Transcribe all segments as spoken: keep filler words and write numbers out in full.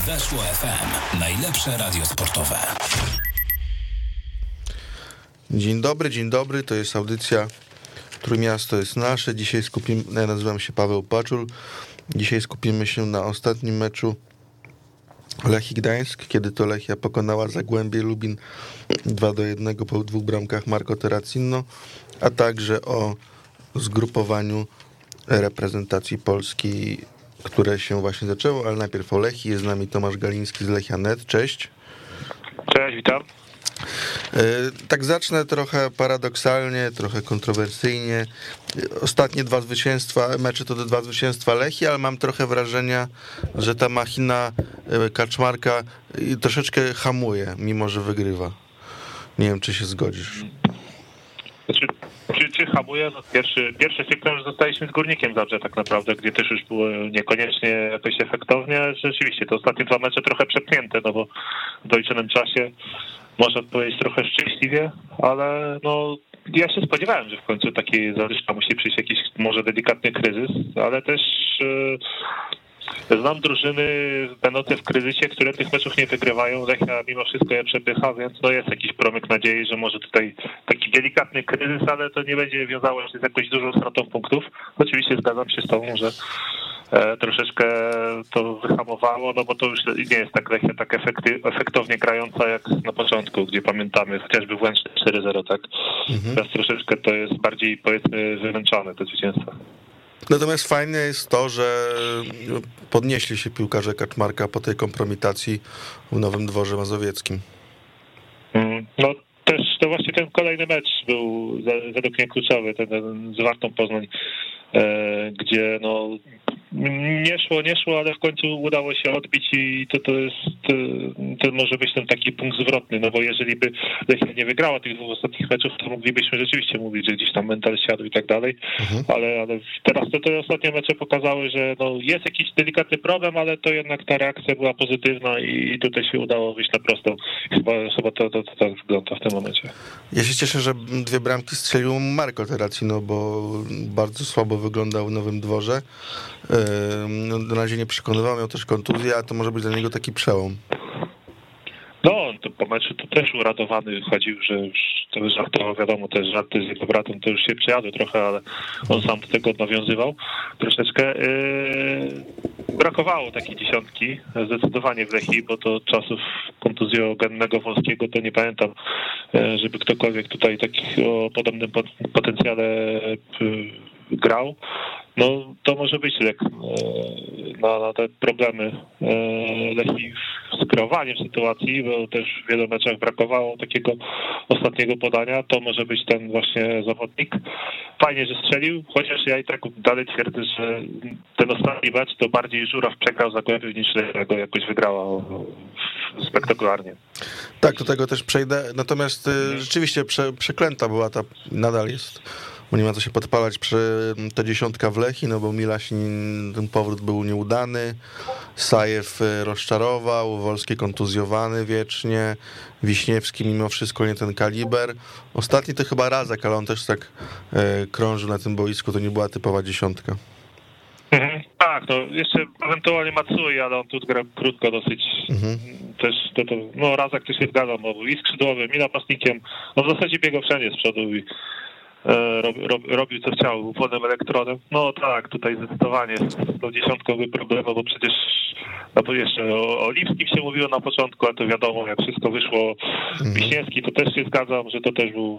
Weszło F M. Najlepsze radio sportowe. Dzień dobry, dzień dobry. To jest audycja Trójmiasto jest nasze. Dzisiaj skupimy, ja nazywam się Paweł Paczul. Dzisiaj skupimy się na ostatnim meczu Lechii Gdańsk, kiedy to Lechia pokonała Zagłębie Lubin dwa do jednego po dwóch bramkach Marco Terracino, a także o zgrupowaniu reprezentacji Polski, które się właśnie zaczęło, ale najpierw o Lechii. Jest z nami Tomasz Galiński z Lechia kropka net. Cześć. Cześć, witam. Tak zacznę trochę paradoksalnie, trochę kontrowersyjnie. Ostatnie dwa zwycięstwa, mecze to dwa zwycięstwa Lechii, ale mam trochę wrażenia, że ta machina Kaczmarka troszeczkę hamuje, mimo że wygrywa. Nie wiem, czy się zgodzisz. Znaczy, czy, czy hamuje? No pierwszy, pierwszy sygnał, że zostaliśmy z Górnikiem Zabrze tak naprawdę, gdzie też już było niekoniecznie jakoś efektownie. Rzeczywiście te ostatnie dwa mecze trochę przepchnięte, no bo w doliczonym czasie można powiedzieć trochę szczęśliwie, ale no ja się spodziewałem, że w końcu taki zadyszka musi przyjść jakiś może delikatny kryzys, ale też yy, znam drużyny będące w kryzysie, które tych meczów nie wygrywają. Lechia mimo wszystko je przepycha, więc no jest jakiś promyk nadziei, że może tutaj taki delikatny kryzys, ale to nie będzie wiązało się z jakąś dużą stratą punktów. Oczywiście zgadzam się z tobą, że e, troszeczkę to wyhamowało, no bo to już nie jest tak Lechia tak efekty, efektownie grająca jak na początku, gdzie pamiętamy chociażby w Łęcznie cztery zero, tak? Mhm. Teraz troszeczkę to jest bardziej, powiedzmy, wymęczone te zwycięstwa. Natomiast fajne jest to, że podnieśli się piłkarze Kaczmarka po tej kompromitacji w Nowym Dworze Mazowieckim. No też to właśnie ten kolejny mecz był według mnie kluczowy, ten, ten z Wartą Poznań, e, gdzie no nie szło, nie szło, ale w końcu udało się odbić i to, to jest, to może być ten taki punkt zwrotny, no bo jeżeli by Lechia nie wygrała tych dwóch ostatnich meczów, to moglibyśmy rzeczywiście mówić, że gdzieś tam mental siadł i tak dalej, mhm. ale, ale teraz to te ostatnie mecze pokazały, że no jest jakiś delikatny problem, ale to jednak ta reakcja była pozytywna i tutaj się udało wyjść na prostą. Chyba, chyba to, to, to tak wygląda w tym momencie. Ja się cieszę, że dwie bramki strzelił Marco Terracino, bo bardzo słabo wyglądał w Nowym Dworze. No, na razie nie przekonywał, miał też kontuzję, a to może być dla niego taki przełom. No, on to po meczu to też uradowany chodził, że już to żartował, wiadomo, te żarty z jego bratem to już się przejadły trochę, ale on sam do tego nawiązywał troszeczkę. Yy, brakowało takiej dziesiątki zdecydowanie w Lechii, bo to czasów kontuzjogennego Wolskiego to nie pamiętam, żeby ktokolwiek tutaj takich o podobnym potencjale grał. No to może być lek na, na te problemy Lechii z kreowaniem sytuacji, bo też w wielu meczach brakowało takiego ostatniego podania. To może być ten właśnie zawodnik. Fajnie, że strzelił, chociaż ja i tak dalej twierdzę, że ten ostatni mecz to bardziej Żuraw przegrał Zagłębiu niż Lechia go jakoś wygrała spektakularnie. Tak, do tego też przejdę. Natomiast hmm. rzeczywiście prze, przeklęta była ta, nadal jest, bo nie ma co się podpalać przy ta dziesiątka w Lechii, no bo Milasin, ten powrót był nieudany, Sajew rozczarował, Wolski kontuzjowany wiecznie, Wiśniewski mimo wszystko nie ten kaliber. Ostatni to chyba Razek, ale on też tak e, krążył na tym boisku, to nie była typowa dziesiątka. Mhm, tak, no jeszcze ewentualnie Matsui, ale on tu gra krótko dosyć. Mhm. Też to, to, no Razak też się zgadzam, bo był i skrzydłowym, i napastnikiem, no w zasadzie biegał wszędzie z przodu i Rob, rob, robił co chciał, był płonem elektrodem. No tak, tutaj zdecydowanie z tą dziesiątką był problem, bo przecież no bo jeszcze o, o Lipskim się mówiło na początku, a to wiadomo, jak wszystko wyszło. Wiśniewski, to też się zgadzam, że to też był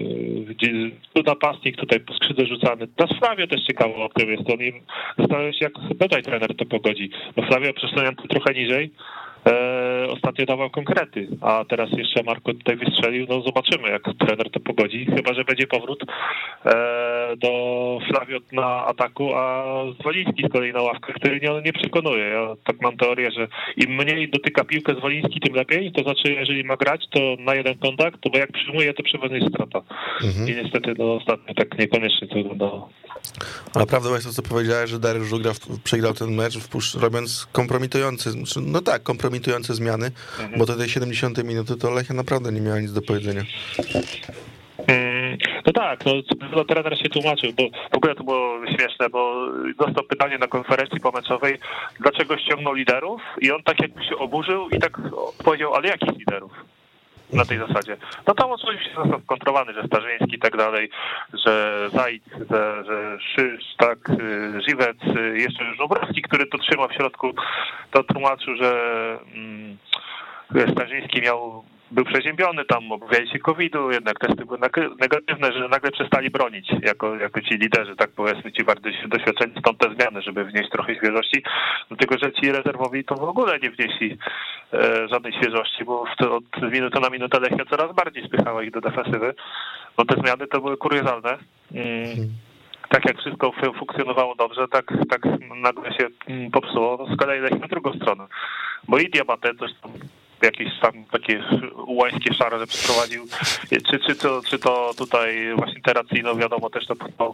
yy, napastnik tutaj po skrzydle rzucany. Na Sławio też ciekawo o tym jest. On im zastanawiam się, jak tutaj trener to pogodzi. Bo Sławio przesunięty trochę niżej. E, ostatnio dawał konkrety, a teraz jeszcze Marko tutaj wystrzelił, no zobaczymy, jak trener to pogodzi, chyba że będzie powrót e, do Flawiot na ataku, a Zwoliński z kolei na ławkach, który nie, nie przekonuje. Ja tak mam teorię, że im mniej dotyka piłkę Zwoliński, tym lepiej, to znaczy jeżeli ma grać, to na jeden kontakt, to bo jak przyjmuje, to przeważnie jest strata. Mhm. I niestety no, ostatnio tak niekoniecznie to wyglądało. Ale prawdą jest to, co powiedziałeś, że Dariusz Żugra przegrał ten mecz, wpuszcz, robiąc kompromitujący, no tak, kompromitujące zmiany, mhm. bo do tej siedemdziesiątej minuty to Lechia naprawdę nie miała nic do powiedzenia. No tak, no, no trener się tłumaczył, bo w ogóle to było śmieszne, bo dostał pytanie na konferencji pomeczowej, dlaczego ściągnął liderów i on tak jakby się oburzył i tak powiedział, ale jakich liderów? Na tej zasadzie. No tam oczywiście został skontrolowany, że Starzyński i tak dalej, że Zajd, że, że Szysz, tak, Żywec, jeszcze Żubrowski, który to trzymał w środku, to tłumaczył, że mm, Starzyński miał był przeziębiony, tam obawiali się kowida, jednak testy były negatywne, że nagle przestali bronić jako, jako ci liderzy, tak powiedzmy, ci bardziej doświadczeni, stąd te zmiany, żeby wnieść trochę świeżości, dlatego że ci rezerwowi to w ogóle nie wnieśli e, żadnej świeżości, bo w to, od minuty na minutę Lechia coraz bardziej spychała ich do defensywy, bo te zmiany to były kuriozalne. Mm. Tak jak wszystko funkcjonowało dobrze, tak, tak nagle się popsuło. No, z kolei Lechia na drugą stronę, bo i Diabate coś tam jakieś tam takie ułańskie szare, że przeprowadził, czy, czy, to, czy to tutaj właśnie Terracino, wiadomo, też to podał.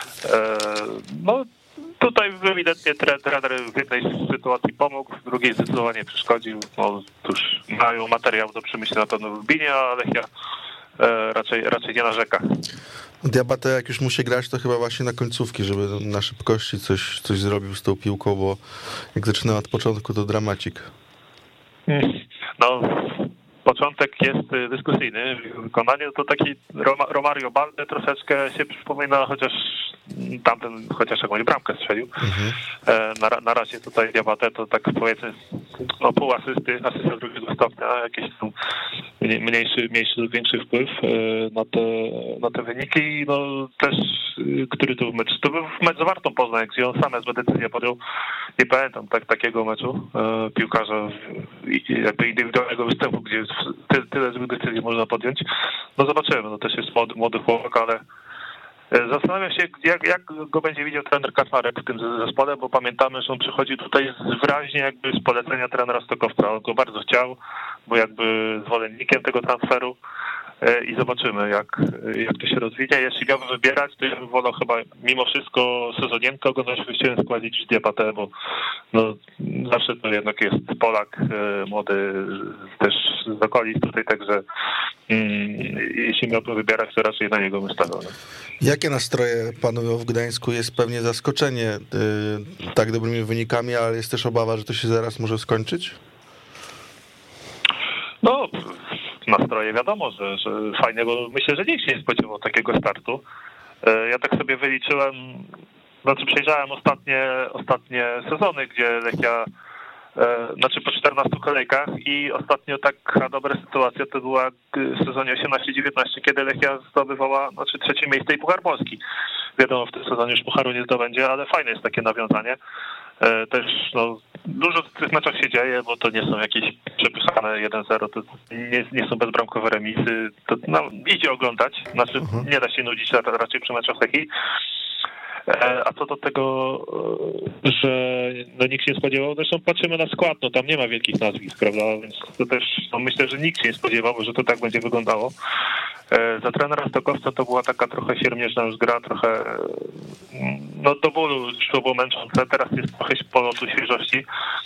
No tutaj ewidentnie trener w jednej sytuacji pomógł, w drugiej zdecydowanie przeszkodził. No cóż, mają materiał do przemyślenia na pewno w Lublinie, a Lechia raczej, raczej nie narzeka. Diabate jak już musi grać, to chyba właśnie na końcówki, żeby na szybkości coś, coś zrobił z tą piłką, bo jak zaczynał od początku, to dramacik. No, początek jest dyskusyjny w wykonaniu, to taki Romario Balde troszeczkę się przypomina, chociaż tamten chociaż jakąś bramkę strzelił. Mhm. Na, na razie tutaj Diabate to tak powiedzmy no, pół asysty, asysta drugiego stopnia, jakiś tam mniejszy, mniejszy lub większy wpływ na te, na te wyniki. No też, który to był mecz? To był mecz z Wartą Poznań, gdzie on sam złe decyzję podjął. Nie pamiętam tak, takiego meczu piłkarza jakby indywidualnego występu, gdzie tyle, tyle złych decyzji można podjąć. No zobaczymy, no też jest młody, młody chłopak, ale zastanawiam się, jak, jak go będzie widział trener Kaczmarek w tym zespole, bo pamiętamy, że on przychodzi tutaj wyraźnie jakby z polecenia trenera Stokowca. On go bardzo chciał, był jakby zwolennikiem tego transferu i zobaczymy, jak, jak to się rozwinie. Jeśli miałbym wybierać, to ja bym wolał chyba mimo wszystko sezonienkę oglądać w wyjściowym składzie niż Diabate, bo no, zawsze to jednak jest Polak, młody też z okolic tutaj, także mm, jeśli miałbym wybierać, to raczej na niego bym stawiał. No. Jakie nastroje panują w Gdańsku? Jest pewnie zaskoczenie yy, tak dobrymi wynikami, ale jest też obawa, że to się zaraz może skończyć? No, nastroje wiadomo, że, że fajnie, bo myślę, że nikt się nie spodziewał takiego startu. Ja tak sobie wyliczyłem, znaczy przejrzałem ostatnie, ostatnie sezony, gdzie Lechia, znaczy po czternastu kolejkach i ostatnio taka dobra sytuacja to była w sezonie osiemnaście dziewiętnaście, kiedy Lechia zdobywała znaczy trzecie miejsce i Puchar Polski. Wiadomo, w tym sezonie już Pucharu nie zdobędzie, ale fajne jest takie nawiązanie. Też no, dużo w tych meczach się dzieje, bo to nie są jakieś przepychane jeden zero, to nie, nie są bezbramkowe remisy, to no, idzie oglądać, znaczy uh-huh. nie da się nudzić raczej przy meczach Lechii. A co do tego, że no, nikt się nie spodziewał, zresztą patrzymy na skład, no tam nie ma wielkich nazwisk, prawda, więc to też no, myślę, że nikt się nie spodziewał, że to tak będzie wyglądało. Za trenera Stokowca to była taka trochę siermiężna już gra, trochę no do bólu szło, było męczące, teraz jest trochę polotu świeżości.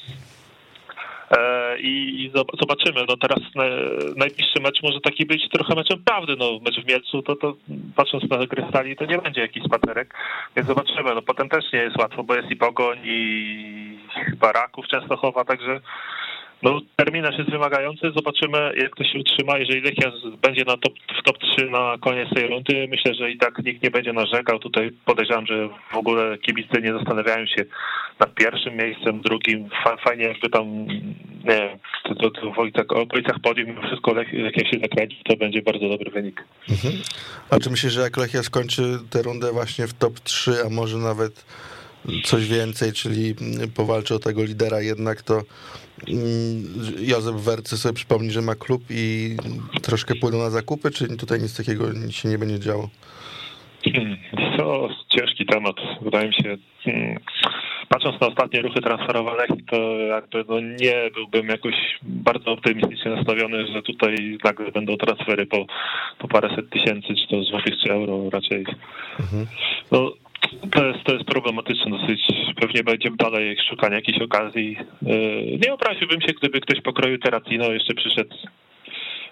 I zobaczymy, no teraz najbliższy mecz może taki być trochę meczem prawdy, no mecz w Mielcu, to, to patrząc na grę stali, to nie będzie jakiś spacerek, więc zobaczymy, no potem też nie jest łatwo, bo jest i Pogoń, i chyba Raków Częstochowa, także no terminarz jest wymagający, zobaczymy jak to się utrzyma, jeżeli Lechia będzie na top, w top trzy na koniec tej rundy, myślę, że i tak nikt nie będzie narzekał, tutaj podejrzewam, że w ogóle kibice nie zastanawiają się nad pierwszym miejscem, drugim, fajnie jakby tam, nie wiem, to, to, to w okolicach podium mimo wszystko Lechia się zakręci, to będzie bardzo dobry wynik. Mhm. A czy myślisz, że jak Lechia skończy tę rundę właśnie w top trzy, a może nawet coś więcej, czyli powalczy o tego lidera jednak, to Józef Wercy sobie przypomni, że ma klub i troszkę pójdą na zakupy, czy tutaj nic takiego się nie będzie działo? Hmm, to ciężki temat. Wydaje mi się, hmm, patrząc na ostatnie ruchy transferowe Lechii, to jakby no nie byłbym jakoś bardzo optymistycznie nastawiony, że tutaj nagle będą transfery po, po paręset tysięcy, czy to złotych, czy euro raczej. Mhm. No, To jest, to jest problematyczne dosyć. Pewnie będzie dalej szukanie jakiejś okazji. Nie obraziłbym się, gdyby ktoś pokroju Terracino jeszcze przyszedł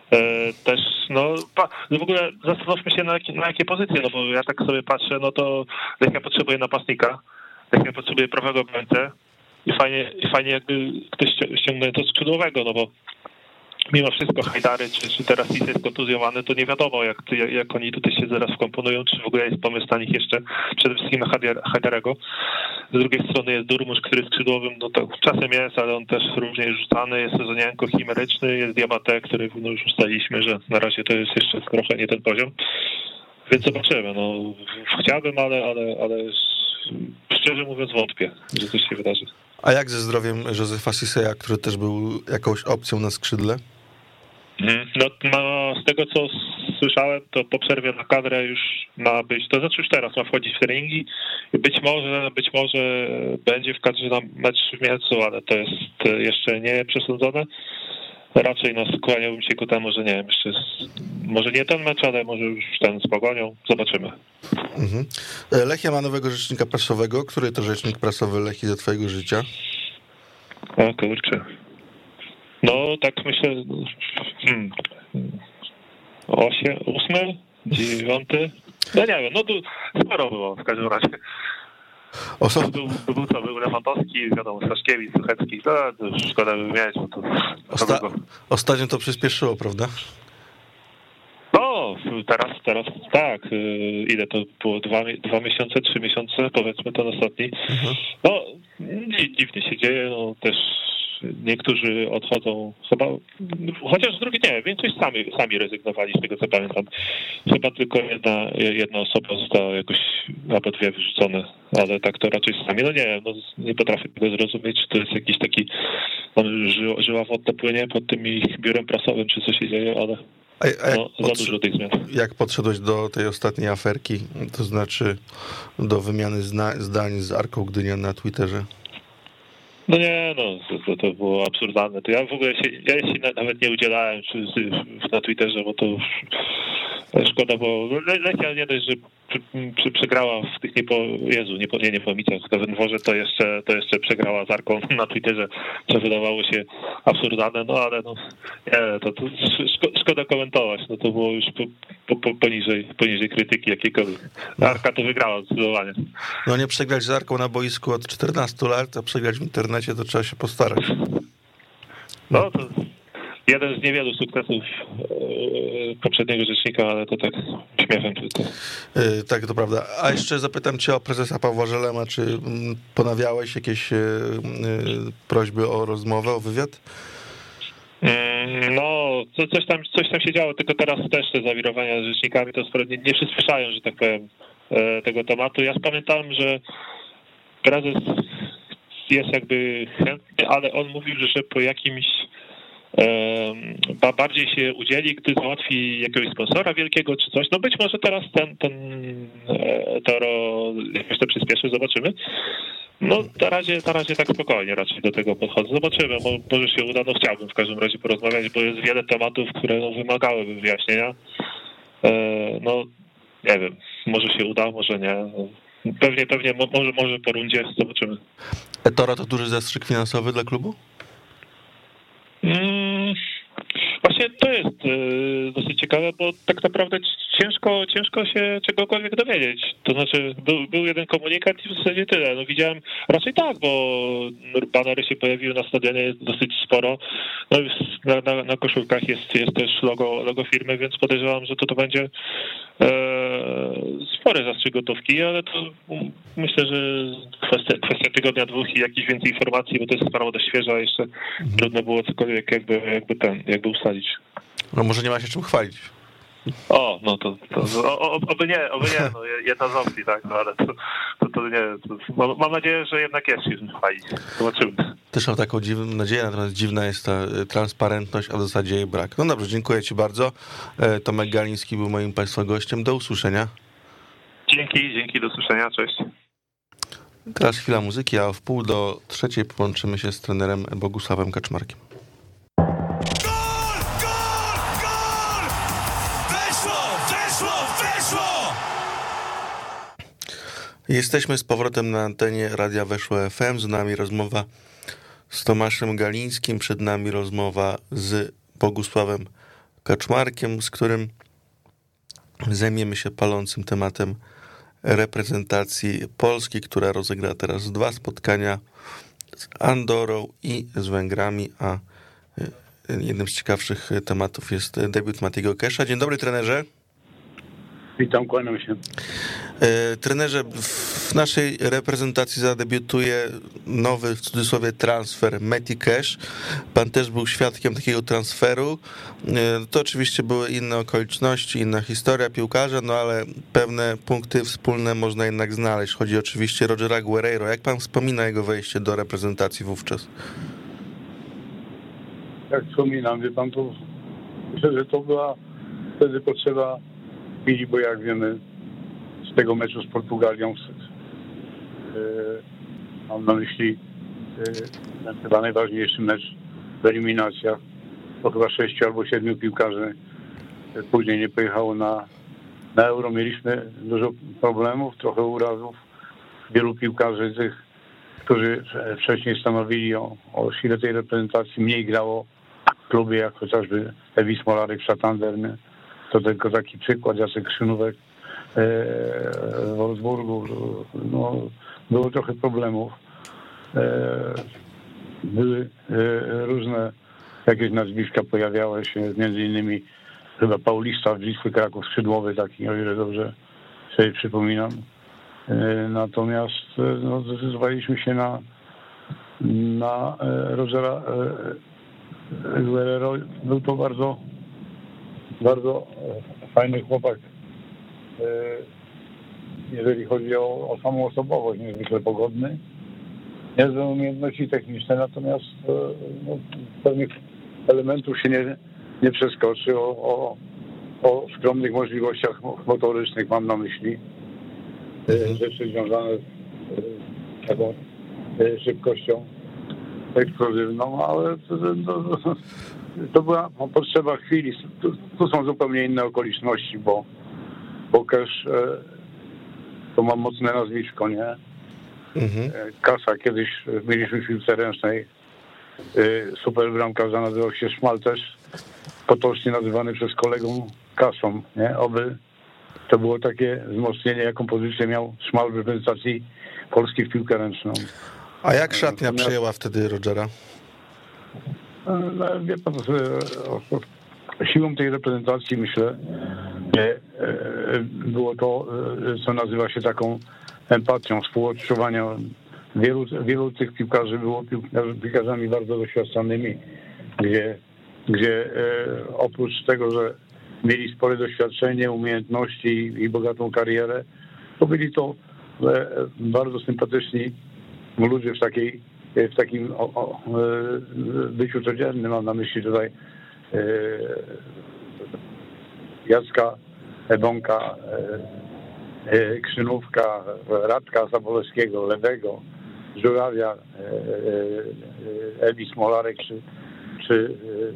Też, no, w ogóle zastanówmy się na jakie, na jakie pozycje, no bo ja tak sobie patrzę, no to Lechia potrzebuje napastnika, Lechia potrzebuje prawego obrońcę i fajnie, i fajnie jakby ktoś ściągnął to skrzydłowego, no bo mimo wszystko Hajdary, czy, czy teraz Lis jest kontuzjowany, to nie wiadomo, jak, jak, jak oni tutaj się zaraz wkomponują, czy w ogóle jest pomysł na nich jeszcze, przede wszystkim na Hajdarego. Z drugiej strony jest Durmusz, który skrzydłowym, no to czasem jest, ale on też różnie rzucany, jest Sezonianko chimeryczny, jest Diabate, który no już ustaliliśmy, że na razie to jest jeszcze trochę nie ten poziom. Więc zobaczymy, no chciałbym, ale, ale, ale szczerze mówiąc wątpię, że coś się wydarzy. A jak ze zdrowiem Józefa Ciseya, który też był jakąś opcją na skrzydle? No, no, z tego co słyszałem, to po przerwie na kadrę już ma być, to znaczy już teraz ma wchodzić w treningi. Być może, być może będzie w kadrze na mecz w Mielcu, ale to jest jeszcze nie przesądzone. Raczej no, skłaniałbym się ku temu, że nie wiem, jeszcze jest, może nie ten mecz, ale może już ten z Pogonią. Zobaczymy. Mhm. Lechia ma nowego rzecznika prasowego. Który to rzecznik prasowy Lechii do twojego życia? O kurczę. No tak myślę, hmm, osiem, ósmy, dziewiąty, no nie wiem, no tu sporo było w każdym razie. Oso... Był, był co, był Lewandowski, wiadomo, Staszkiewicz, Suchecki, to, to szkoda wymieniać, bo to... Osta... Ostatnio to przyspieszyło, prawda? No, teraz, teraz tak, ile to było, dwa, dwa miesiące, trzy miesiące, powiedzmy ten ostatni. Mhm. No, dziwnie się dzieje, no też niektórzy odchodzą, chyba, chociaż z drugiej nie, większość sami, sami rezygnowali z tego, co pamiętam. Chyba tylko jedna, jedna osoba została jakoś, albo dwie wyrzucone, ale tak to raczej sami. No nie, no nie potrafię tego zrozumieć, czy to jest jakiś taki, tam ży, żyła wodna płynie pod tym ich biurem prasowym, czy co się dzieje, ale a, a no, za podszedł, dużo tych zmian. Jak podszedłeś do tej ostatniej aferki, to znaczy do wymiany zna, zdań z Arką Gdynia na Twitterze? No nie, no to, to było absurdalne. To ja w ogóle się, ja się nawet nie udzielałem na Twitterze, bo to już szkoda, bo Lechia nie dość, że przy, przy, przegrała w tych niepo, Jezu, nie, nie, nie pomicach w Wędworze, to jeszcze, to jeszcze przegrała z Arką na Twitterze, co wydawało się absurdalne, no ale no nie, to, to szko, szkoda komentować, no to było już po, po, po, poniżej, poniżej krytyki jakiejkolwiek. Arka to wygrała zdecydowanie. No nie przegrać z Arką na boisku od czternastu lat, a przegrać w internecie to trzeba się postarać. No to jeden z niewielu sukcesów poprzedniego rzecznika, ale to tak śmiechem tylko. Yy, tak, to prawda. A jeszcze zapytam cię o prezesa Pawła Żelema. Czy ponawiałeś jakieś yy, prośby o rozmowę, o wywiad? No, coś tam, coś tam się działo, tylko teraz też te zawirowania z rzecznikami to nie, nie przyspieszają, że tak powiem, tego tematu. Ja pamiętałem, że prezes jest jakby chętny, ale on mówił, że po jakimś e, bardziej się udzieli, gdy załatwi jakiegoś sponsora wielkiego czy coś. No być może teraz ten, ten e, Toro jakoś to przyspieszy, zobaczymy. No na razie, na razie tak spokojnie raczej do tego podchodzę. Zobaczymy, może się uda, no chciałbym w każdym razie porozmawiać, bo jest wiele tematów, które no, wymagałyby wyjaśnienia. E, no nie wiem, może się uda, może nie. Pewnie, pewnie, może, może po rundzie, zobaczymy. eToro to duży zastrzyk finansowy dla klubu? Hmm, właśnie to jest y, dosyć ciekawe, bo tak naprawdę ciężko, ciężko się czegokolwiek dowiedzieć. To znaczy był, był jeden komunikat i w zasadzie tyle. No widziałem raczej tak, bo banery się pojawiły na stadionie, jest dosyć sporo. No na, na, na koszulkach jest, jest też logo, logo firmy, więc podejrzewam, że to, to będzie e, spory zastrzyk gotówki, ale to myślę, że kwestia, kwestia tygodnia, dwóch i jakichś więcej informacji, bo to jest sprawa dość świeża, jeszcze mhm. trudno było cokolwiek jakby, jakby ten, jakby ustalić. No może nie ma się czym chwalić. O, no to, to, to o, oby nie, oby nie, no jedna z opcji, tak, no ale to, to, to nie, to, mam, mam nadzieję, że jednak jest się czym chwalić. Zobaczymy. Też mam taką dziwną nadzieję, natomiast dziwna jest ta transparentność, a w zasadzie jej brak. No dobrze, dziękuję ci bardzo. Tomek Galiński był moim państwa gościem. Do usłyszenia. Dzięki, dzięki, do usłyszenia, cześć. Teraz chwila muzyki, a w pół do trzeciej połączymy się z trenerem Bogusławem Kaczmarkiem. Jesteśmy z powrotem na antenie Radia Weszło F M. Z nami rozmowa z Tomaszem Galińskim, przed nami rozmowa z Bogusławem Kaczmarkiem, z którym zajmiemy się palącym tematem reprezentacji Polski, która rozegra teraz dwa spotkania z Andorą i z Węgrami, a jednym z ciekawszych tematów jest debiut Matiego Kesza. Dzień dobry, trenerze. Witam, kłaniam się. Trenerze, w naszej reprezentacji zadebiutuje nowy, w cudzysłowie, transfer Mati Cash. Pan też był świadkiem takiego transferu. To oczywiście były inne okoliczności, inna historia piłkarza, no ale pewne punkty wspólne można jednak znaleźć. Chodzi oczywiście o Rogera Guerreiro. Jak pan wspomina jego wejście do reprezentacji wówczas? Jak wspominam, wie pan, to myślę, że to była wtedy potrzeba chwili, bo jak wiemy z tego meczu z Portugalią, yy, mam na myśli yy, ten chyba najważniejszy mecz w eliminacjach, to chyba sześciu albo siedmiu piłkarzy później nie pojechało na, na Euro. Mieliśmy dużo problemów, trochę urazów. Wielu piłkarzy tych, którzy wcześniej stanowili o, o sile tej reprezentacji, mniej grało w klubie, jak chociażby Ewi Smolarek w Santander. To tylko taki przykład, Jacek Krzynówek w Wolfsburgu. No, było trochę problemów. Były różne jakieś nazwiska, pojawiały się, między innymi chyba Paulista w Wisły Kraków, skrzydłowy taki, o ile dobrze sobie przypominam. Natomiast no, zdecydowaliśmy się na, na Rogera Guerreiro. Był to bardzo bardzo fajny chłopak, jeżeli chodzi o, o samą osobowość, niezwykle pogodny, niezłe umiejętności techniczne, natomiast no, pewnych elementów się nie, nie przeskoczy. O, o, o skromnych możliwościach motorycznych mam na myśli, rzeczy związane z taką szybkością eksplozywną, ale to, to, to była potrzeba chwili. Tu, tu są zupełnie inne okoliczności, bo, bo Cash to ma mocne nazwisko, nie? Mhm. Kasa, kiedyś mieliśmy w piłce ręcznej super bramkarza, nazywał się Szmal, też potocznie nazywany przez kolegą Kasą, nie? Oby to było takie wzmocnienie, jaką pozycję miał Szmal w reprezentacji Polski w piłkę ręczną. A jak szatnia Natomiast... przyjęła wtedy Rogera? No, wie pan, siłą tej reprezentacji, myślę, było to, co nazywa się taką empatią, współodczuwaniem. Wielu, wielu tych piłkarzy było piłkarzami bardzo doświadczonymi, gdzie, gdzie oprócz tego, że mieli spore doświadczenie, umiejętności i bogatą karierę, to byli to bardzo sympatyczni ludzie w takiej w takim o, o, byciu codziennym. Mam na myśli tutaj e, Jacka Ebonka, e, Krzynówka, Radka Zabolewskiego, Lewego, Żurawia, e, e, Ewi Smolarek, czy, czy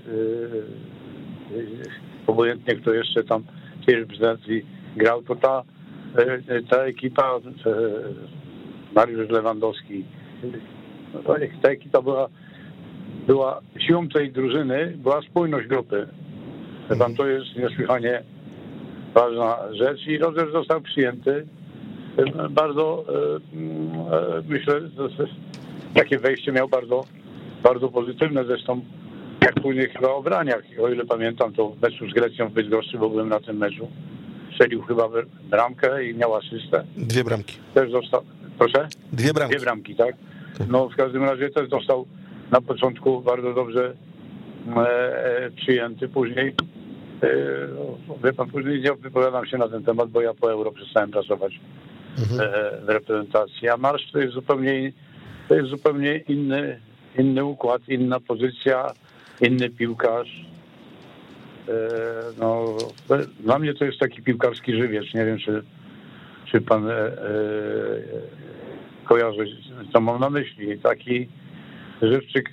e, e, obojętnie kto jeszcze tam w tej reprezentacji grał, to ta, e, ta ekipa, e, Mariusz Lewandowski, no, ta ekipa była, była siłą tej drużyny, była spójność grupy. Tam to jest niesłychanie ważna rzecz i Roger został przyjęty. Bardzo myślę, że takie wejście miał bardzo, bardzo pozytywne. Zresztą jak później chyba o braniach, o ile pamiętam, to w meczu z Grecją w Bydgoszczy, bo byłem na tym meczu, strzelił chyba bramkę i miał asystę. Dwie bramki. Też dostał, proszę? Dwie bramki. Dwie bramki, tak? No w każdym razie też został na początku bardzo dobrze e, przyjęty. Później, e, no, wie pan, później nie wypowiadam się na ten temat, bo ja po Euro przestałem pracować mhm. e, w reprezentacji. A marsz to jest zupełnie, to jest zupełnie inny, inny układ, inna pozycja, inny piłkarz. E, no, dla mnie to jest taki piłkarski żywiec. Nie wiem, czy, czy pan e, e, kojarzy, co mam na myśli. Taki żywczyk.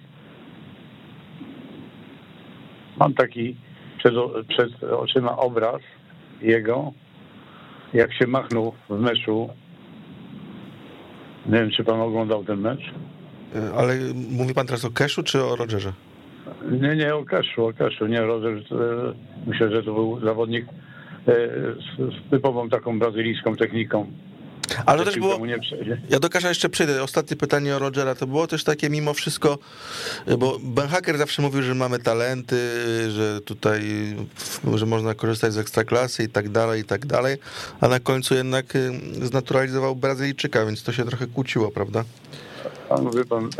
Mam taki przed, przed oczyma obraz jego, jak się machnął w meczu. Nie wiem, czy pan oglądał ten mecz. Ale mówi pan teraz o Keszu, czy o Rogerze? Nie, nie, o Keszu, o Keszu, nie, Roger, myślę, że to był zawodnik z, z typową taką brazylijską techniką. Ale to też było, ja do Kasza jeszcze przejdę, ostatnie pytanie o Rogera, to było też takie mimo wszystko, bo Ben Hacker zawsze mówił, że mamy talenty, że tutaj, że można korzystać z ekstraklasy i tak dalej, i tak dalej, a na końcu jednak znaturalizował Brazylijczyka, więc to się trochę kłóciło, prawda? Pan, wie pan,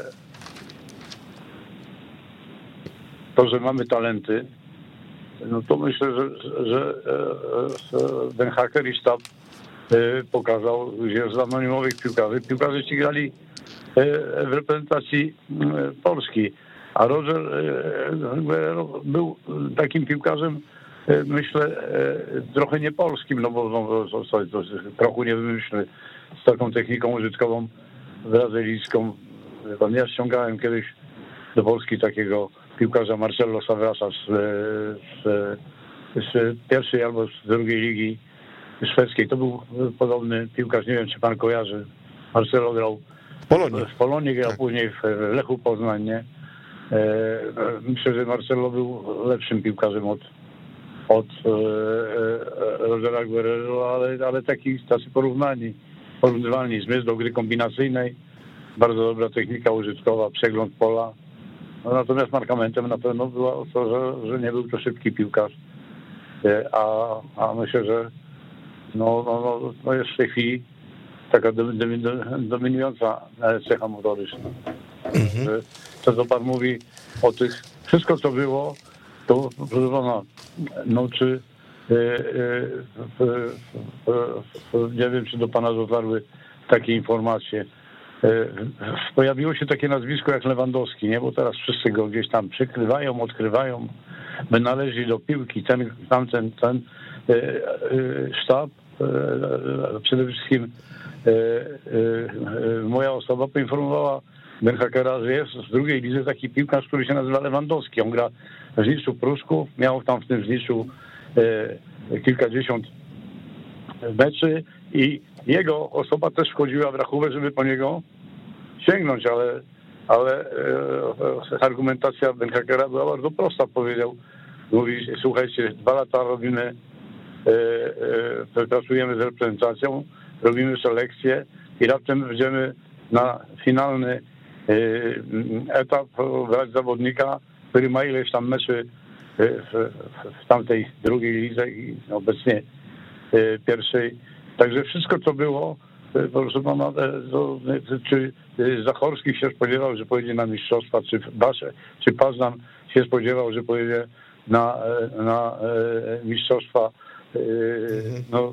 to, że mamy talenty, no to myślę, że, że Ben Hacker i sztab pokazał, że z anonimowych piłkarzy, piłkarze ci grali w reprezentacji Polski, a Roger był takim piłkarzem, myślę, trochę niepolskim, no bo no, to, to, to, trochę nie wymyślmy, z taką techniką użytkową brazylijską. Ja ściągałem kiedyś do Polski takiego piłkarza Marcelo Savrasa z, z, z pierwszej albo z drugiej ligi szwedzkiej. To był podobny piłkarz, nie wiem, czy pan kojarzy. Marcelo grał w Polonii, w Polonii grał tak. Później w Lechu Poznań, nie? Myślę, że Marcelo był lepszym piłkarzem od, od Rogera Guerrero, ale, ale taki, tacy porównani, porównywalni. Zmysł do gry kombinacyjnej, bardzo dobra technika użytkowa, przegląd pola. No, natomiast markamentem na pewno było to, że, że nie był to szybki piłkarz. A, a myślę, że no, no, no, no jest w tej chwili taka dominująca cecha motoryczna. Mhm. To, co pan mówi o tych, wszystko co było, to proszę pana, no czy yy, yy, nie wiem, czy do pana dotarły takie informacje. Yy, pojawiło się takie nazwisko jak Lewandowski, nie? Bo teraz wszyscy go gdzieś tam przykrywają, odkrywają, by naleźli do piłki, ten, tamten, ten yy, yy, sztab. Przede wszystkim moja osoba poinformowała Ben Hackera, że jest w drugiej lidze taki piłkarz, który się nazywa Lewandowski. On gra w Zniczu Pruszków, miał tam w tym Zniczu kilkadziesiąt meczy i jego osoba też wchodziła w rachubę, żeby po niego sięgnąć, ale, ale argumentacja Ben Hackera była bardzo prosta. Powiedział, mówi, słuchajcie, dwa lata robimy pracujemy z reprezentacją, robimy selekcję i raptem będziemy na finalny etap brać zawodnika, który ma ileś tam meczy w, w tamtej drugiej lidze i obecnie pierwszej. Także wszystko co było, proszę pana, to, czy Zachorski się spodziewał, że pojedzie na mistrzostwa, czy Basze, czy Pazdan się spodziewał, że pojedzie na, na mistrzostwa. No,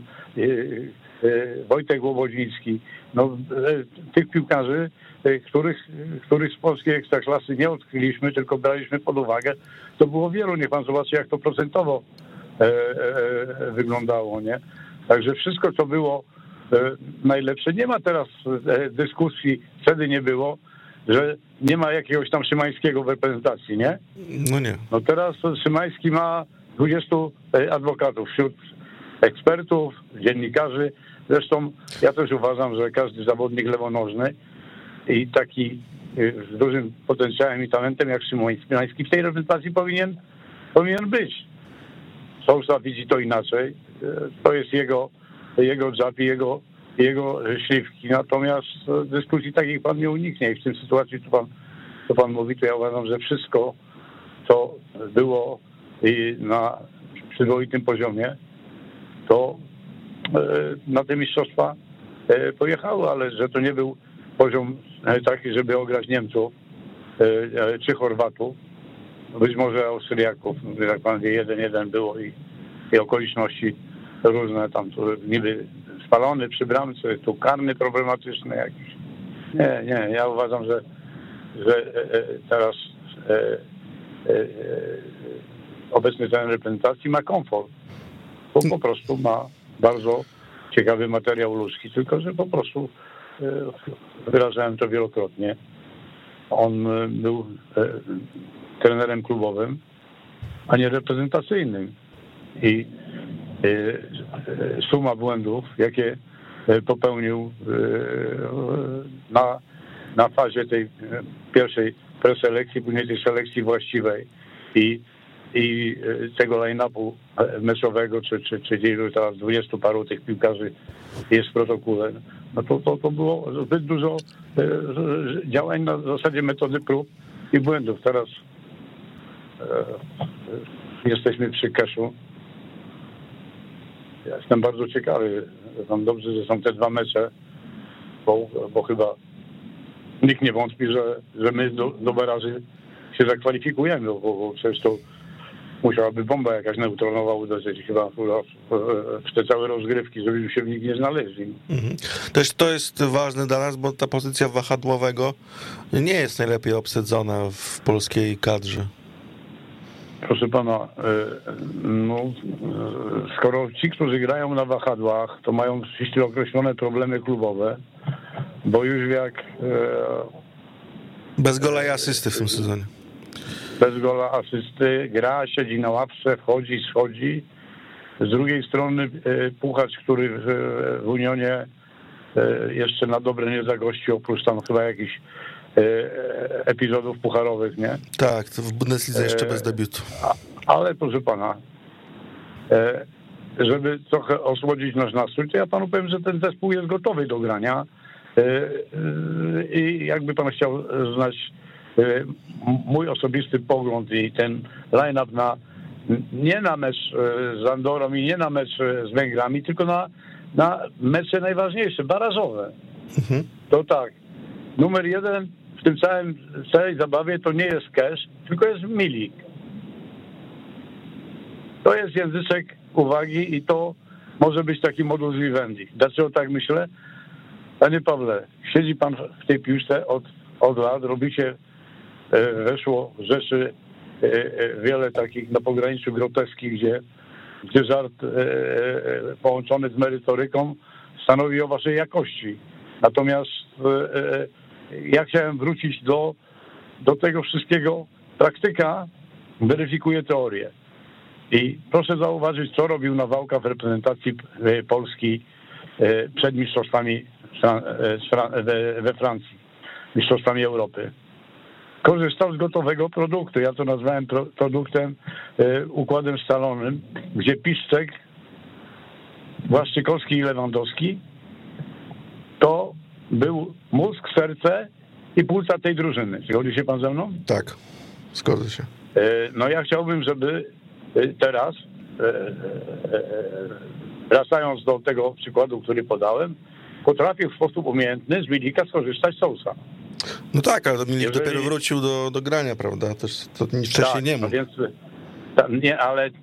Wojtek Łobodziński, no, tych piłkarzy, których, których z polskiej ekstraklasy nie odkryliśmy, tylko braliśmy pod uwagę, to było wielu. Niech pan zobaczy, jak to procentowo wyglądało, nie? Także wszystko, co było najlepsze. Nie ma teraz dyskusji, wtedy nie było, że nie ma jakiegoś tam Szymańskiego w reprezentacji, nie? No nie. No teraz Szymański ma dwudziestu adwokatów wśród ekspertów, dziennikarzy. Zresztą ja też uważam, że każdy zawodnik lewonożny i taki z dużym potencjałem i talentem jak Szymański w tej reprezentacji powinien, powinien być. Sousa widzi to inaczej. To jest jego, jego job i jego, jego śliwki. Natomiast dyskusji takich pan nie uniknie. I w tej sytuacji, co pan, co pan mówi, to ja uważam, że wszystko, co było na przyzwoitym poziomie, to na te mistrzostwa pojechały, ale że to nie był poziom taki, żeby ograć Niemców czy Chorwatów, być może Austriaków, jak pan wie, jeden jeden było i, i okoliczności różne, tam to niby spalony przy bramce, tu karny problematyczny jakiś. Nie, nie, ja uważam, że, że teraz obecny ten reprezentacji ma komfort, bo po prostu ma bardzo ciekawy materiał ludzki, tylko że po prostu wyrażałem to wielokrotnie. On był trenerem klubowym, a nie reprezentacyjnym. I suma błędów, jakie popełnił na, na fazie tej pierwszej preselekcji, później tej selekcji właściwej i, i tego line-upu meczowego, czy, czy, czy ilu teraz dwudziestu paru tych piłkarzy jest w protokole, no to, to, to było zbyt dużo działań na zasadzie metody prób i błędów. Teraz e, jesteśmy przy Keszu. Ja jestem bardzo ciekawy. Znam dobrze, że są te dwa mecze, bo, bo chyba nikt nie wątpi, że, że my do, do baraży się zakwalifikujemy, bo, bo przecież to musiałaby bomba jakaś neutronowa uderzyć chyba w te całe rozgrywki, żeby się w nich nie znaleźli. Mhm. Też to jest ważne dla nas, bo ta pozycja wahadłowego nie jest najlepiej obsadzona w polskiej kadrze. Proszę pana, no, skoro ci, którzy grają na wahadłach, to mają ściśle określone problemy klubowe, bo już jak... Bez gola i asysty w tym sezonie. Bez gola, asysty, gra, siedzi na ławce, wchodzi, schodzi. Z drugiej strony Puchacz, który w, w Unionie jeszcze na dobre nie zagościł, oprócz tam chyba jakichś epizodów pucharowych, nie? Tak, w Bundeslidze jeszcze bez debiutu. Ale proszę pana, żeby trochę osłodzić nasz nastrój, to ja panu powiem, że ten zespół jest gotowy do grania i jakby pan chciał znać mój osobisty pogląd i ten line-up na, nie na mecz z Andorą i nie na mecz z Węgrami, tylko na, na mecze najważniejsze, barażowe. Mhm. To tak, numer jeden w tym całym, całej zabawie to nie jest Kesz, tylko jest Milik. To jest języczek uwagi i to może być taki modus vivendi. Dlaczego tak myślę? Panie Pawle, siedzi pan w tej piłce od, od lat, robicie, weszło rzeczy wiele takich na pograniczu groteski, gdzie, gdzie żart połączony z merytoryką stanowi o waszej jakości. Natomiast ja chciałem wrócić do, do tego wszystkiego. Praktyka weryfikuje teorię. I proszę zauważyć, co robił Nawałka w reprezentacji Polski przed mistrzostwami we Francji, mistrzostwami Europy. Korzystał z gotowego produktu. Ja to nazwałem produktem, układem scalonym, gdzie Piszczek, Błaszczykowski i Lewandowski to był mózg, serce i płuca tej drużyny. Zgodzi się pan ze mną? Tak, zgodzę się. No ja chciałbym, żeby teraz, wracając do tego przykładu, który podałem, potrafił w sposób umiejętny z Milika skorzystać z Sousa. No tak, ale Milik Jeżeli... dopiero wrócił do, do grania, prawda? To, to nic wcześniej tak, nie ma. No więc, nie, ale e,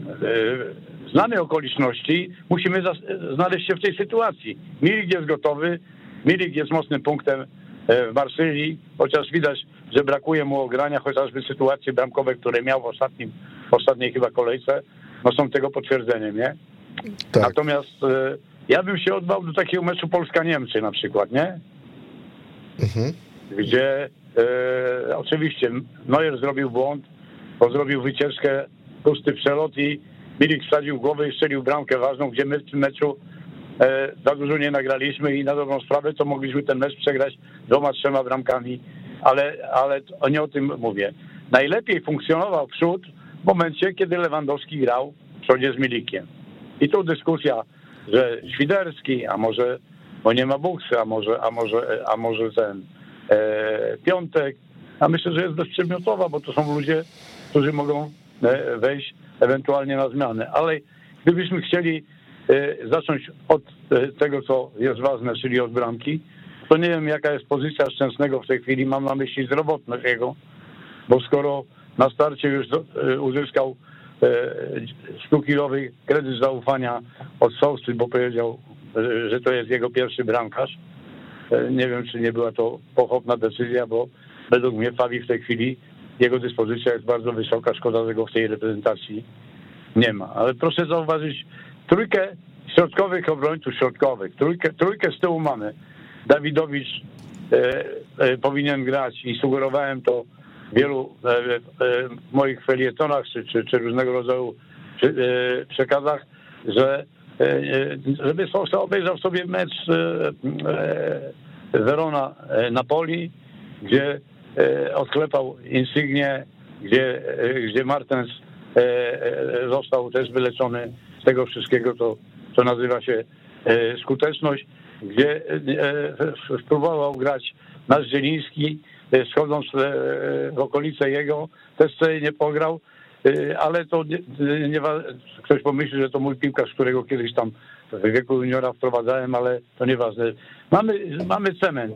znane okoliczności musimy za, znaleźć się w tej sytuacji. Milik jest gotowy, Milik jest mocnym punktem w Marsylii, chociaż widać, że brakuje mu ogrania, chociażby sytuacje bramkowe, które miał w ostatnim, w ostatniej chyba kolejce, no są tego potwierdzeniem, nie? Tak. Natomiast e, ja bym się odbał do takiego meczu Polska-Niemcy na przykład, nie? Mhm. Gdzie e, oczywiście Neuer zrobił błąd, bo zrobił wycieczkę, pusty przelot i Milik wsadził głowę i strzelił bramkę ważną, gdzie my w tym meczu e, za dużo nie nagraliśmy i na dobrą sprawę to mogliśmy ten mecz przegrać dwoma, trzema bramkami, ale, ale nie o tym mówię. Najlepiej funkcjonował przód w momencie, kiedy Lewandowski grał w przodzie z Milikiem. I tu dyskusja, że Świderski, a może, bo nie ma Buksy, a może, a może, a może ten e, Piątek, a myślę, że jest bezprzedmiotowa, bo to są ludzie, którzy mogą e, wejść ewentualnie na zmianę. Ale gdybyśmy chcieli e, zacząć od e, tego, co jest ważne, czyli od bramki, to nie wiem, jaka jest pozycja Szczęsnego w tej chwili, mam na myśli zdrowotność jego, bo skoro na starcie już do, e, uzyskał stukilowy kredyt zaufania od Sousy, bo powiedział, że to jest jego pierwszy bramkarz. Nie wiem, czy nie była to pochopna decyzja, bo według mnie Fabi w tej chwili jego dyspozycja jest bardzo wysoka. Szkoda, że go w tej reprezentacji nie ma. Ale proszę zauważyć, trójkę środkowych obrońców środkowych, trójkę, trójkę z tyłu mamy. Dawidowicz e, e, powinien grać i sugerowałem to w wielu e, e, moich felietonach czy, czy, czy różnego rodzaju czy, e, przekazach, że e, żeby Sousa obejrzał sobie mecz e, e, Verona Napoli, gdzie odklepał Insignię, gdzie, gdzie Martens został też wyleczony z tego wszystkiego, co, co nazywa się skuteczność, gdzie spróbował grać nasz Zieliński, schodząc w okolice jego, też sobie nie pograł, ale to nie, nie, ktoś pomyśli, że to mój piłkarz, którego kiedyś tam w wieku juniora wprowadzałem, ale to nieważne. Mamy, mamy cement.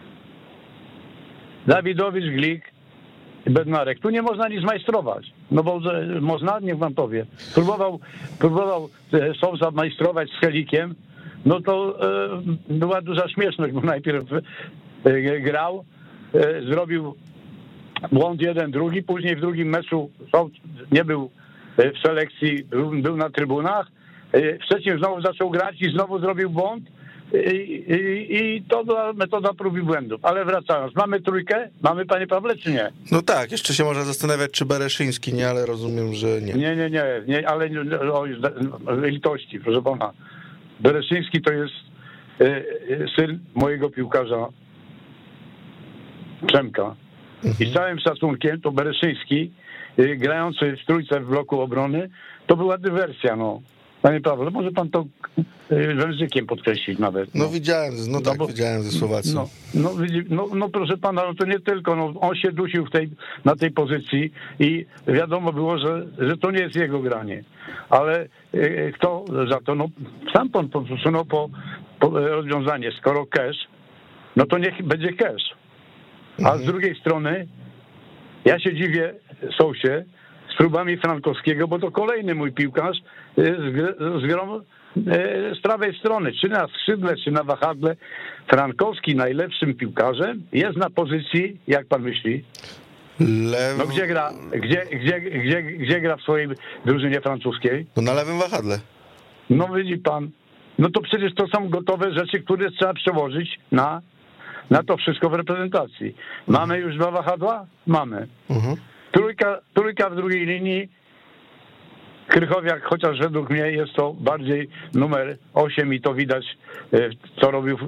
Dawidowicz, Glik i Bednarek. Tu nie można nic majstrować. No bo że można, niech wam powie. Próbował, próbował Sousa majstrować z Helikiem, no to e, była duża śmieszność, bo najpierw e, grał, e, zrobił błąd jeden, drugi, później w drugim meczu nie był w selekcji, był, był na trybunach, w trzecim znowu zaczął grać i znowu zrobił błąd i, i, i to była metoda prób i błędów. Ale wracając, mamy trójkę? Mamy, panie Pawle, czy nie? No tak, jeszcze się można zastanawiać, czy Bereszyński nie, ale rozumiem, że nie. Nie, nie, nie, nie ale o, litości, proszę pana. Bereszyński to jest syn mojego piłkarza Przemka. I z całym szacunkiem to Bereszyński, grający w trójce w bloku obrony, to była dywersja, no. Panie Pawle, może pan to językiem podkreślić nawet. No, no widziałem, no tak, no bo, widziałem ze Słowacją. No, no, no, no proszę pana, no to nie tylko, no, on się dusił w tej, na tej pozycji i wiadomo było, że, że to nie jest jego granie. Ale e, kto za to? No sam pan posunął po, po rozwiązanie. Skoro cash, no to niech będzie cash. A z drugiej strony ja się dziwię Sousie z próbami Frankowskiego, bo to kolejny mój piłkarz z grą z prawej strony, czy na skrzydle, czy na wahadle. Frankowski najlepszym piłkarzem jest na pozycji, jak pan myśli? Lew... No gdzie gra, gdzie, gdzie, gdzie, gdzie gra w swojej drużynie francuskiej? No na lewym wahadle. No widzi pan, no to przecież to są gotowe rzeczy, które trzeba przełożyć na na to wszystko w reprezentacji. Mamy już dwa wahadła? Mamy. Uh-huh. Trójka, trójka w drugiej linii. Krychowiak, chociaż według mnie jest to bardziej numer osiem i to widać, co robił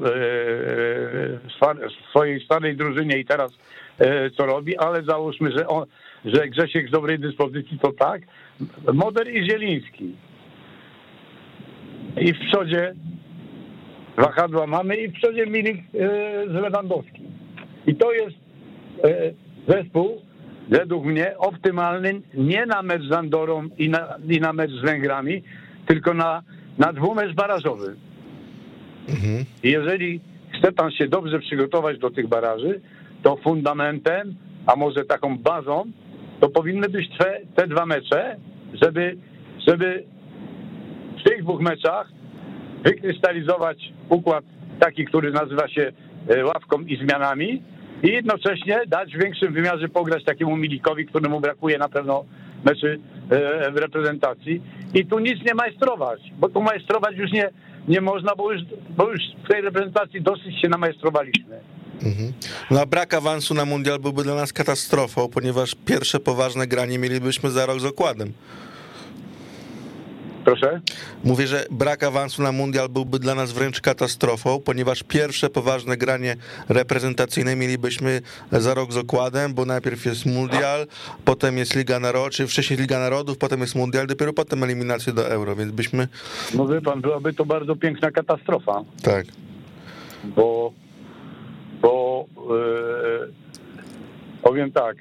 w swojej starej drużynie i teraz co robi, ale załóżmy, że, on, że Grzesiek z dobrej dyspozycji to tak. Moder i Zieliński. I w przodzie wahadła mamy i w przodzie Milik z Lewandowskim. I to jest zespół, według mnie, optymalny nie na mecz z Andorą i na, i na mecz z Węgrami, tylko na, na dwumecz barażowy. Mhm. I jeżeli chce pan się dobrze przygotować do tych baraży, to fundamentem, a może taką bazą, to powinny być te, te dwa mecze, żeby, żeby w tych dwóch meczach wykrystalizować układ taki, który nazywa się ławką i zmianami i jednocześnie dać w większym wymiarze pograć takiemu Milikowi, któremu brakuje na pewno meczy w reprezentacji i tu nic nie majstrować, bo tu majstrować już nie, nie można, bo już, bo już w tej reprezentacji dosyć się namajstrowaliśmy. Mhm. No a brak awansu na mundial byłby dla nas katastrofą, ponieważ pierwsze poważne granie mielibyśmy za rok z okładem. Proszę? Mówię, że brak awansu na mundial byłby dla nas wręcz katastrofą, ponieważ pierwsze poważne granie reprezentacyjne mielibyśmy za rok z okładem, bo najpierw jest mundial, potem jest Liga Narodów, czy wcześniej Liga Narodów, potem jest mundial, dopiero potem eliminacje do Euro, więc byśmy... No wie pan, byłaby to bardzo piękna katastrofa. Tak. Bo, bo yy, powiem tak,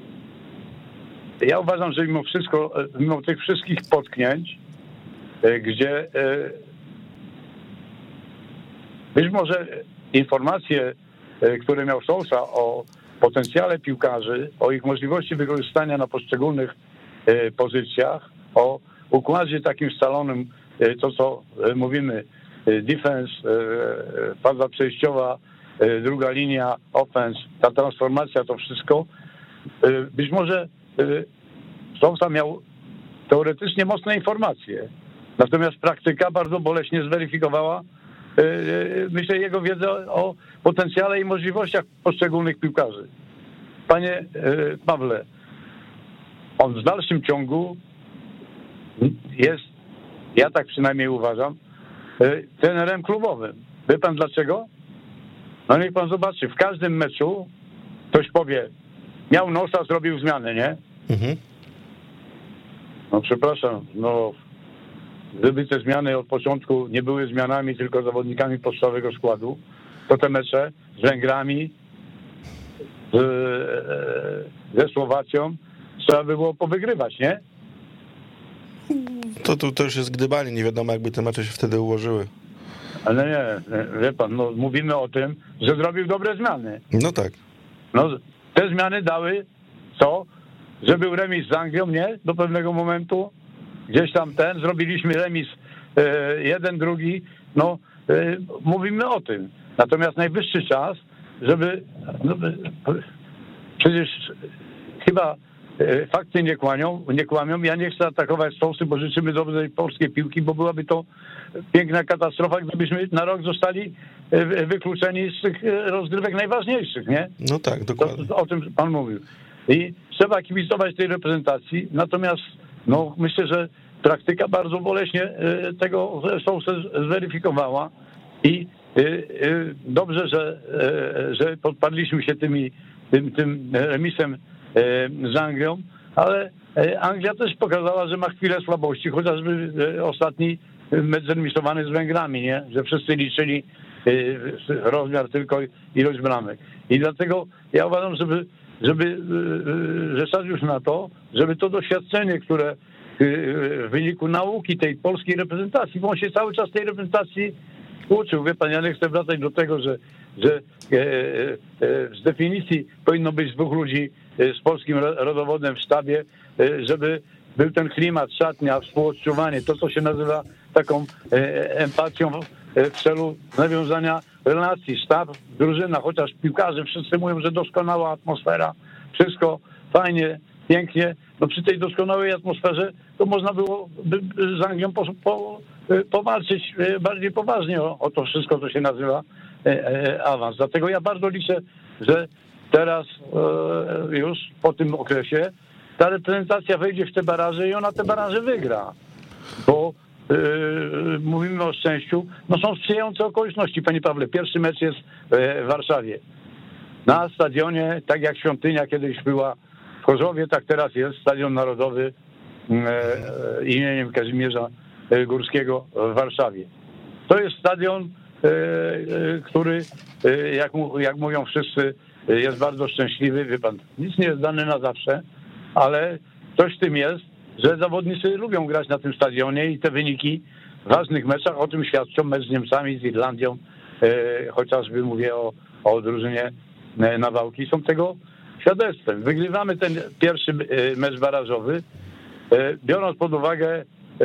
ja uważam, że mimo wszystko, mimo tych wszystkich potknięć, gdzie być może informacje, które miał Sousa o potencjale piłkarzy, o ich możliwości wykorzystania na poszczególnych pozycjach, o układzie takim scalonym, to co mówimy, defense, faza przejściowa, druga linia, offense, ta transformacja, to wszystko, być może Sousa miał teoretycznie mocne informacje. Natomiast praktyka bardzo boleśnie zweryfikowała, myślę, jego wiedzę o potencjale i możliwościach poszczególnych piłkarzy. Panie Pawle, on w dalszym ciągu jest, ja tak przynajmniej uważam, trenerem klubowym. Wie pan dlaczego? No niech pan zobaczy, w każdym meczu ktoś powie, miał nosa, zrobił zmianę, nie? Mhm. No przepraszam, no gdyby te zmiany od początku nie były zmianami, tylko zawodnikami podstawowego składu, to te mecze z Węgrami, z, ze Słowacją trzeba by było powygrywać, nie? To, to, to już jest gdybanie, nie wiadomo jakby te mecze się wtedy ułożyły. Ale nie, wie pan, no mówimy o tym, że zrobił dobre zmiany. No tak. No te zmiany dały co? Że był remis z Anglią, nie? Do pewnego momentu. Gdzieś tam ten, zrobiliśmy remis e, jeden, drugi. No, e, mówimy o tym. Natomiast najwyższy czas, żeby... No, przecież chyba e, fakty nie kłamią, nie kłamią. Ja nie chcę atakować Sousy, bo życzymy dobrej polskiej piłki, bo byłaby to piękna katastrofa, gdybyśmy na rok zostali e, wykluczeni z tych rozgrywek najważniejszych, nie? No tak, dokładnie. To, o tym pan mówił. I trzeba kibicować tej reprezentacji, natomiast no, myślę, że praktyka bardzo boleśnie tego Sousę zweryfikowała i dobrze, że, że podpadliśmy się tymi, tym, tym remisem z Anglią, ale Anglia też pokazała, że ma chwilę słabości, chociażby ostatni mecz zremisowany z Węgrami, nie? Że wszyscy liczyli rozmiar tylko ilość bramek. I dlatego ja uważam, żeby żeby, że czas już na to, żeby to doświadczenie, które w wyniku nauki tej polskiej reprezentacji, bo on się cały czas tej reprezentacji uczył. Wie pan, ja nie chcę wracać do tego, że, że z definicji powinno być dwóch ludzi z polskim rodowodem w sztabie, żeby był ten klimat, szatnia, współodczuwanie, to co się nazywa taką empatią w celu nawiązania relacji, sztab, drużyna, chociaż piłkarze wszyscy mówią, że doskonała atmosfera, wszystko fajnie, pięknie, no przy tej doskonałej atmosferze to można było z Anglią po, po, powalczyć bardziej poważnie o, o to wszystko, co się nazywa awans. Dlatego ja bardzo liczę, że teraz już po tym okresie ta reprezentacja wejdzie w te baraże i ona te baraże wygra, bo Yy, mówimy o szczęściu, no są sprzyjające okoliczności, panie Pawle. Pierwszy mecz jest w Warszawie. Na stadionie, tak jak Świątynia kiedyś była w Chorzowie, tak teraz jest Stadion Narodowy e, imieniem Kazimierza Górskiego w Warszawie. To jest stadion, e, e, który, e, jak, jak mówią wszyscy, jest bardzo szczęśliwy. Wie pan, nic nie jest dane na zawsze, ale coś w tym jest, że zawodnicy lubią grać na tym stadionie i te wyniki w ważnych meczach o tym świadczą. Mecz z Niemcami, z Irlandią, e, chociażby mówię o, o drużynie Nawałki, są tego świadectwem. Wygrywamy ten pierwszy mecz barażowy, e, biorąc pod uwagę e,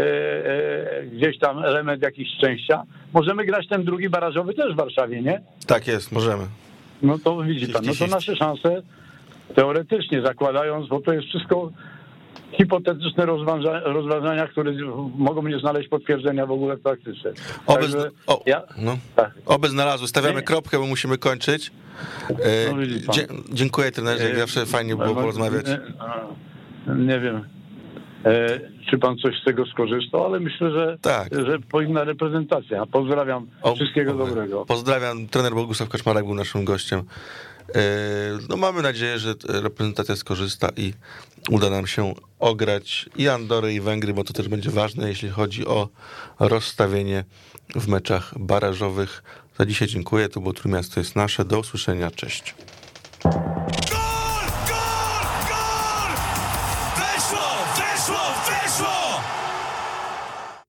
e, gdzieś tam element jakiś szczęścia. Możemy grać ten drugi barażowy też w Warszawie, nie? Tak jest, możemy. No to widzi pan, no to nasze szanse teoretycznie zakładając, bo to jest wszystko hipotetyczne rozważania, rozważania, które mogą nie znaleźć potwierdzenia w ogóle w praktyce. Oby, Także o, ja, no. tak. Oby znalazły. Stawiamy Nie. kropkę, bo musimy kończyć. E, No, widzi pan. dzie, dziękuję trenerze, jak zawsze fajnie było porozmawiać. Nie, nie wiem, e, czy pan coś z tego skorzystał, ale myślę, że, Tak. że powinna reprezentacja. Pozdrawiam, O, wszystkiego o, dobrego. Pozdrawiam, trener Bogusław Kaczmarek był naszym gościem. No mamy nadzieję, że reprezentacja skorzysta i uda nam się ograć i Andorę, i Węgry, bo to też będzie ważne, jeśli chodzi o rozstawienie w meczach barażowych. Za dzisiaj dziękuję, to było Trójmiasto jest nasze. Do usłyszenia, cześć.